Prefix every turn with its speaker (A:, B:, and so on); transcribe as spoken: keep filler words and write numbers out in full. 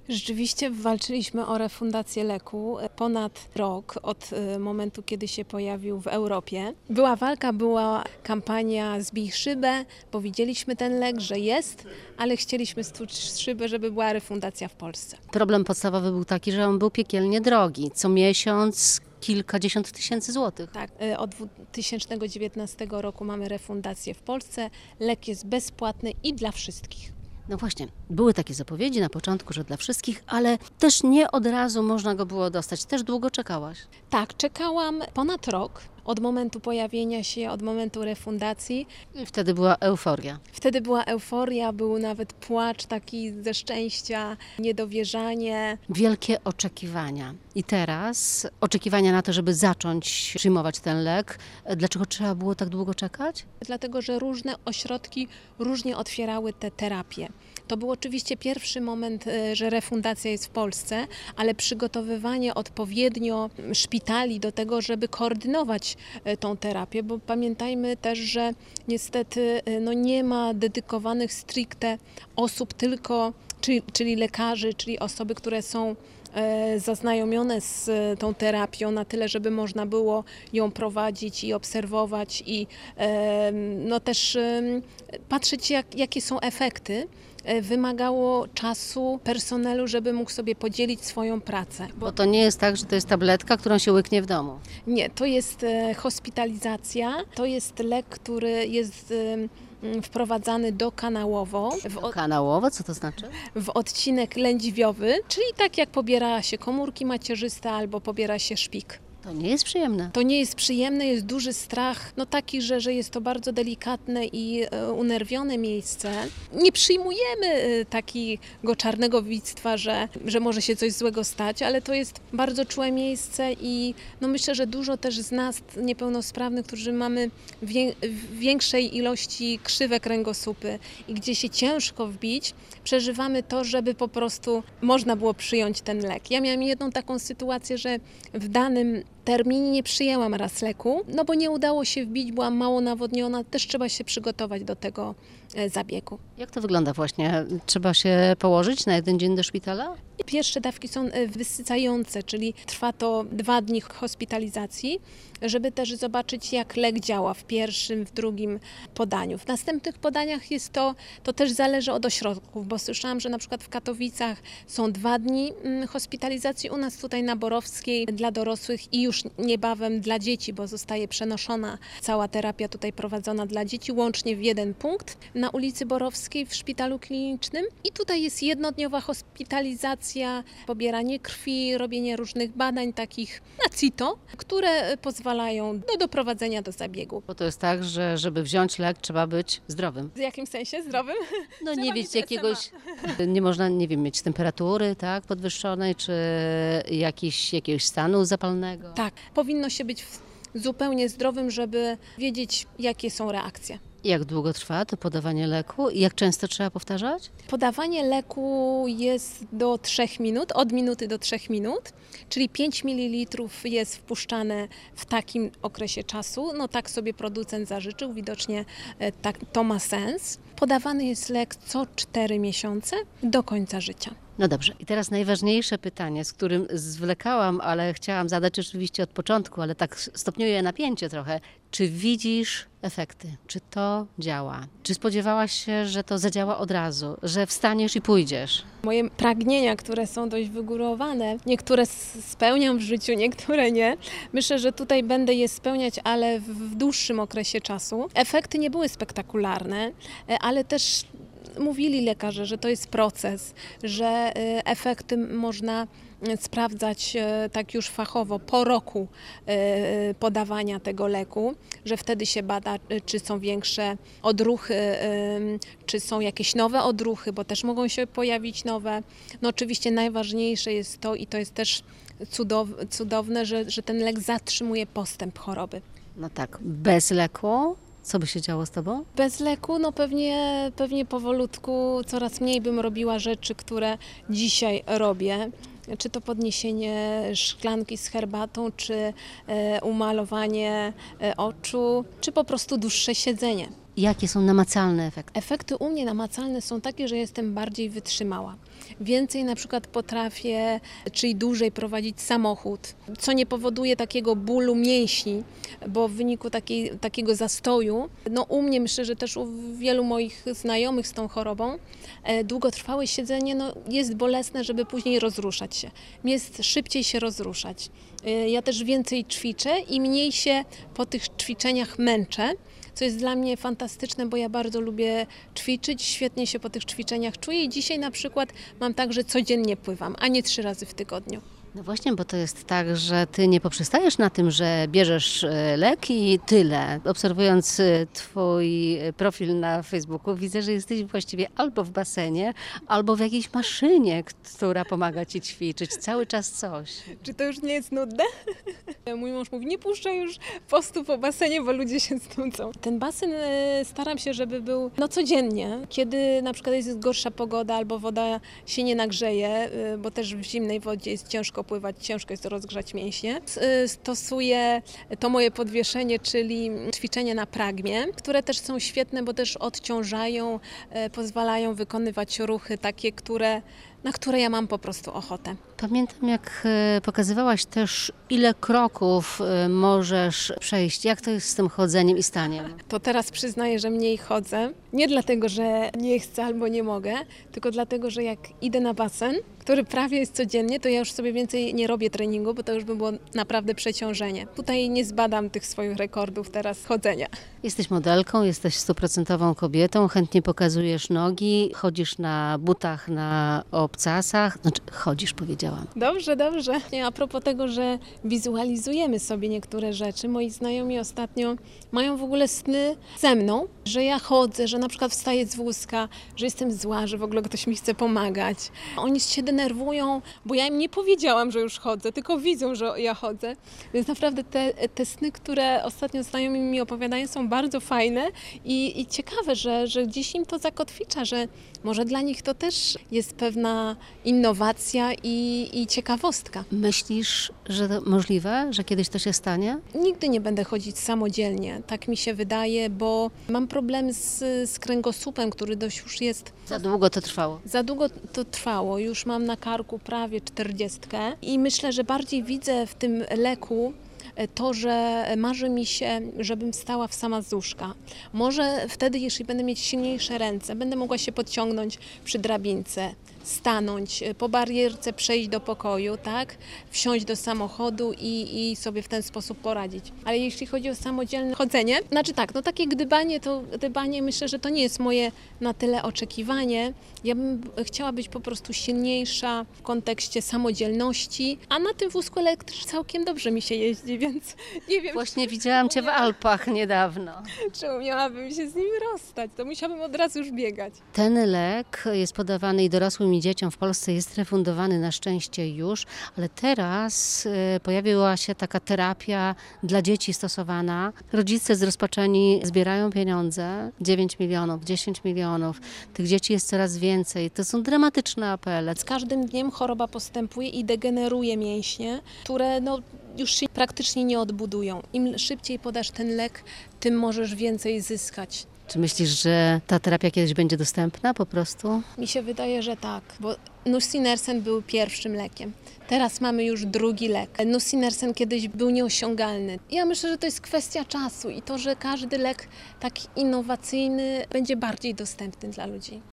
A: Rzeczywiście walczyliśmy o refundację leku ponad rok od y, momentu, kiedy się pojawił w Europie. Była walka, była kampania Zbij szybę, bo widzieliśmy ten lek, że jest, ale chcieliśmy stłuc szybę, żeby była refundacja w Polsce.
B: Problem podstawowy był taki, że on był piekielnie drogi. Co miesiąc kilkadziesiąt tysięcy złotych.
A: Tak, y, od dwa tysiące dziewiętnastego roku mamy refundację w Polsce. Lek jest bezpłatny i dla wszystkich.
B: No właśnie, były takie zapowiedzi na początku, że dla wszystkich, ale też nie od razu można go było dostać. Też długo czekałaś.
A: Tak, czekałam ponad rok od momentu pojawienia się, od momentu refundacji.
B: I wtedy była euforia.
A: Wtedy była euforia, był nawet płacz taki ze szczęścia, niedowierzanie.
B: Wielkie oczekiwania. I teraz oczekiwania na to, żeby zacząć przyjmować ten lek. Dlaczego trzeba było tak długo czekać?
A: Dlatego, że różne ośrodki różnie otwierały te terapie. To był oczywiście pierwszy moment, e, że refundacja jest w Polsce, ale przygotowywanie odpowiednio szpitali do tego, żeby koordynować e, tą terapię, bo pamiętajmy też, że niestety e, no nie ma dedykowanych stricte osób tylko, czyli, czyli lekarzy, czyli osoby, które są e, zaznajomione z e, tą terapią na tyle, żeby można było ją prowadzić i obserwować i e, no też e, patrzeć, jak, jakie są efekty. E, Wymagało czasu personelu, żeby mógł sobie podzielić swoją pracę.
B: Bo to nie jest tak, że to jest tabletka, którą się łyknie w domu.
A: Nie, to jest e, hospitalizacja, to jest lek, który jest e, wprowadzany dokanałowo w, o,
B: Kanałowo, co to znaczy?
A: w odcinek lędźwiowy, czyli tak jak pobiera się komórki macierzyste albo pobiera się szpik.
B: To nie jest przyjemne.
A: To nie jest przyjemne, jest duży strach, no taki, że, że jest to bardzo delikatne i e, unerwione miejsce. Nie przyjmujemy e, takiego czarnego widztwa, że, że może się coś złego stać, ale to jest bardzo czułe miejsce i no myślę, że dużo też z nas niepełnosprawnych, którzy mamy wię, większej ilości krzywek kręgosłupy i gdzie się ciężko wbić, przeżywamy to, żeby po prostu można było przyjąć ten lek. Ja miałam jedną taką sytuację, że w danym terminie nie przyjęłam raz leku, no bo nie udało się wbić, byłam mało nawodniona, też trzeba się przygotować do tego e, zabiegu.
B: Jak to wygląda właśnie? Trzeba się położyć na jeden dzień do szpitala?
A: Pierwsze dawki są e, wysycające, czyli trwa to dwa dni hospitalizacji, żeby też zobaczyć, jak lek działa w pierwszym, w drugim podaniu. W następnych podaniach jest to, to też zależy od ośrodków, bo słyszałam, że na przykład w Katowicach są dwa dni mm, hospitalizacji, u nas tutaj na Borowskiej dla dorosłych i już niebawem dla dzieci, bo zostaje przenoszona cała terapia tutaj prowadzona dla dzieci, łącznie w jeden punkt na ulicy Borowskiej w szpitalu klinicznym. I tutaj jest jednodniowa hospitalizacja, pobieranie krwi, robienie różnych badań takich na CITO, które pozwalają do doprowadzenia do zabiegu.
B: Bo to jest tak, że żeby wziąć lek, trzeba być zdrowym.
A: W jakim sensie? Zdrowym?
B: No
A: Trzeba
B: nie
A: mieć
B: mieć jakiegoś, nie można, nie wiem, mieć temperatury, tak, podwyższonej, czy jakiś, jakiegoś stanu zapalnego.
A: Tak, powinno się być w- zupełnie zdrowym, żeby wiedzieć, jakie są reakcje.
B: Jak długo trwa to podawanie leku i jak często trzeba powtarzać?
A: Podawanie leku jest do trzech minut, od minuty do trzech minut, czyli pięć mililitrów jest wpuszczane w takim okresie czasu. No tak sobie producent zażyczył, widocznie e, tak, to ma sens. Podawany jest lek co cztery miesiące do końca życia.
B: No dobrze, i teraz najważniejsze pytanie, z którym zwlekałam, ale chciałam zadać oczywiście od początku, ale tak stopniuję napięcie trochę. Czy widzisz efekty? Czy to działa? Czy spodziewałaś się, że to zadziała od razu, że wstaniesz i pójdziesz?
A: Moje pragnienia, które są dość wygórowane, niektóre s- spełniam w życiu, niektóre nie. Myślę, że tutaj będę je spełniać, ale w, w dłuższym okresie czasu. Efekty nie były spektakularne, e, ale też mówili lekarze, że to jest proces, że e, efekty można e, sprawdzać e, tak już fachowo po roku e, podawania tego leku, że wtedy się bada, e, czy są większe odruchy, e, czy są jakieś nowe odruchy, bo też mogą się pojawić nowe. No oczywiście najważniejsze jest to i to jest też cudow, cudowne, że, że ten lek zatrzymuje postęp choroby.
B: No tak, bez leku, co by się działo z tobą?
A: Bez leku, no pewnie, pewnie powolutku coraz mniej bym robiła rzeczy, które dzisiaj robię. Czy to podniesienie szklanki z herbatą, czy e, umalowanie e, oczu, czy po prostu dłuższe siedzenie.
B: Jakie są namacalne efekty?
A: Efekty u mnie namacalne są takie, że jestem bardziej wytrzymała. Więcej na przykład potrafię, czyli dłużej prowadzić samochód, co nie powoduje takiego bólu mięśni, bo w wyniku takiej, takiego zastoju, no u mnie myślę, że też u wielu moich znajomych z tą chorobą, e, długotrwałe siedzenie no, jest bolesne, żeby później rozruszać się. Jest szybciej się rozruszać. E, ja też więcej ćwiczę i mniej się po tych ćwiczeniach męczę, co jest dla mnie fantastyczne, bo ja bardzo lubię ćwiczyć, świetnie się po tych ćwiczeniach czuję i dzisiaj na przykład mam tak, że codziennie pływam, a nie trzy razy w tygodniu.
B: No właśnie, bo to jest tak, że ty nie poprzestajesz na tym, że bierzesz e, lek i tyle. Obserwując e, twój profil na Facebooku, widzę, że jesteś właściwie albo w basenie, albo w jakiejś maszynie, która pomaga ci ćwiczyć. Cały czas coś.
A: Czy to już nie jest nudne? Mój mąż mówi, nie puszczaj już postów o basenie, bo ludzie się znudzą. Ten basen e, staram się, żeby był no codziennie, kiedy na przykład jest gorsza pogoda albo woda się nie nagrzeje, e, bo też w zimnej wodzie jest ciężko pływać, ciężko jest rozgrzać mięśnie. E, Stosuję to moje podwieszenie, czyli ćwiczenia na pragmie, które też są świetne, bo też odciążają, e, pozwalają wykonywać ruchy takie, które, na które ja mam po prostu ochotę.
B: Pamiętam, jak e, pokazywałaś też, ile kroków e, możesz przejść. Jak to jest z tym chodzeniem i staniem?
A: To teraz przyznaję, że mniej chodzę. Nie dlatego, że nie chcę albo nie mogę, tylko dlatego, że jak idę na basen, który prawie jest codziennie, to ja już sobie więcej nie robię treningu, bo to już by było naprawdę przeciążenie. Tutaj nie zbadam tych swoich rekordów teraz chodzenia.
B: Jesteś modelką, jesteś stuprocentową kobietą, chętnie pokazujesz nogi, chodzisz na butach, na obcasach. Znaczy, chodzisz, powiedziałam.
A: Dobrze, dobrze. A propos tego, że wizualizujemy sobie niektóre rzeczy, moi znajomi ostatnio mają w ogóle sny ze mną, że ja chodzę, że na przykład wstaję z wózka, że jestem zła, że w ogóle ktoś mi chce pomagać. Oni się denerwują, bo ja im nie powiedziałam, że już chodzę, tylko widzą, że ja chodzę. Więc naprawdę te, te sny, które ostatnio znajomi mi opowiadają, są bardzo fajne i, i ciekawe, że, że gdzieś im to zakotwicza, że może dla nich to też jest pewna innowacja i, i ciekawostka.
B: Myślisz, że to możliwe, że kiedyś to się stanie?
A: Nigdy nie będę chodzić samodzielnie, tak mi się wydaje, bo mam problem z, z kręgosłupem, który dość już jest...
B: Za długo to trwało.
A: Za długo to trwało, już mam na karku prawie czterdziestkę i myślę, że bardziej widzę w tym leku to, że marzy mi się, żebym stała w sama z łóżka. Może wtedy, jeśli będę mieć silniejsze ręce, będę mogła się podciągnąć przy drabince, stanąć, po barierce przejść do pokoju, tak? Wsiąść do samochodu i, i sobie w ten sposób poradzić. Ale jeśli chodzi o samodzielne chodzenie, znaczy tak, no takie gdybanie, to gdybanie myślę, że to nie jest moje na tyle oczekiwanie. Ja bym chciała być po prostu silniejsza w kontekście samodzielności, a na tym wózku elektrycznym całkiem dobrze mi się jeździ, więc nie wiem.
B: Właśnie widziałam cię w Alpach niedawno.
A: Czemu miałabym się z nim rozstać? To musiałabym od razu już biegać.
B: Ten lek jest podawany i dorosłym i dzieciom w Polsce, jest refundowany na szczęście już, ale teraz y, pojawiła się taka terapia dla dzieci stosowana. Rodzice zrozpaczeni zbierają pieniądze, dziewięć milionów, dziesięć milionów. Tych dzieci jest coraz więcej. To są dramatyczne apele.
A: Z każdym dniem choroba postępuje i degeneruje mięśnie, które no, już się praktycznie nie odbudują. Im szybciej podasz ten lek, tym możesz więcej zyskać.
B: Czy myślisz, że ta terapia kiedyś będzie dostępna po prostu?
A: Mi się wydaje, że tak, bo nusinersen był pierwszym lekiem. Teraz mamy już drugi lek. Nusinersen kiedyś był nieosiągalny. Ja myślę, że to jest kwestia czasu i to, że każdy lek taki innowacyjny będzie bardziej dostępny dla ludzi.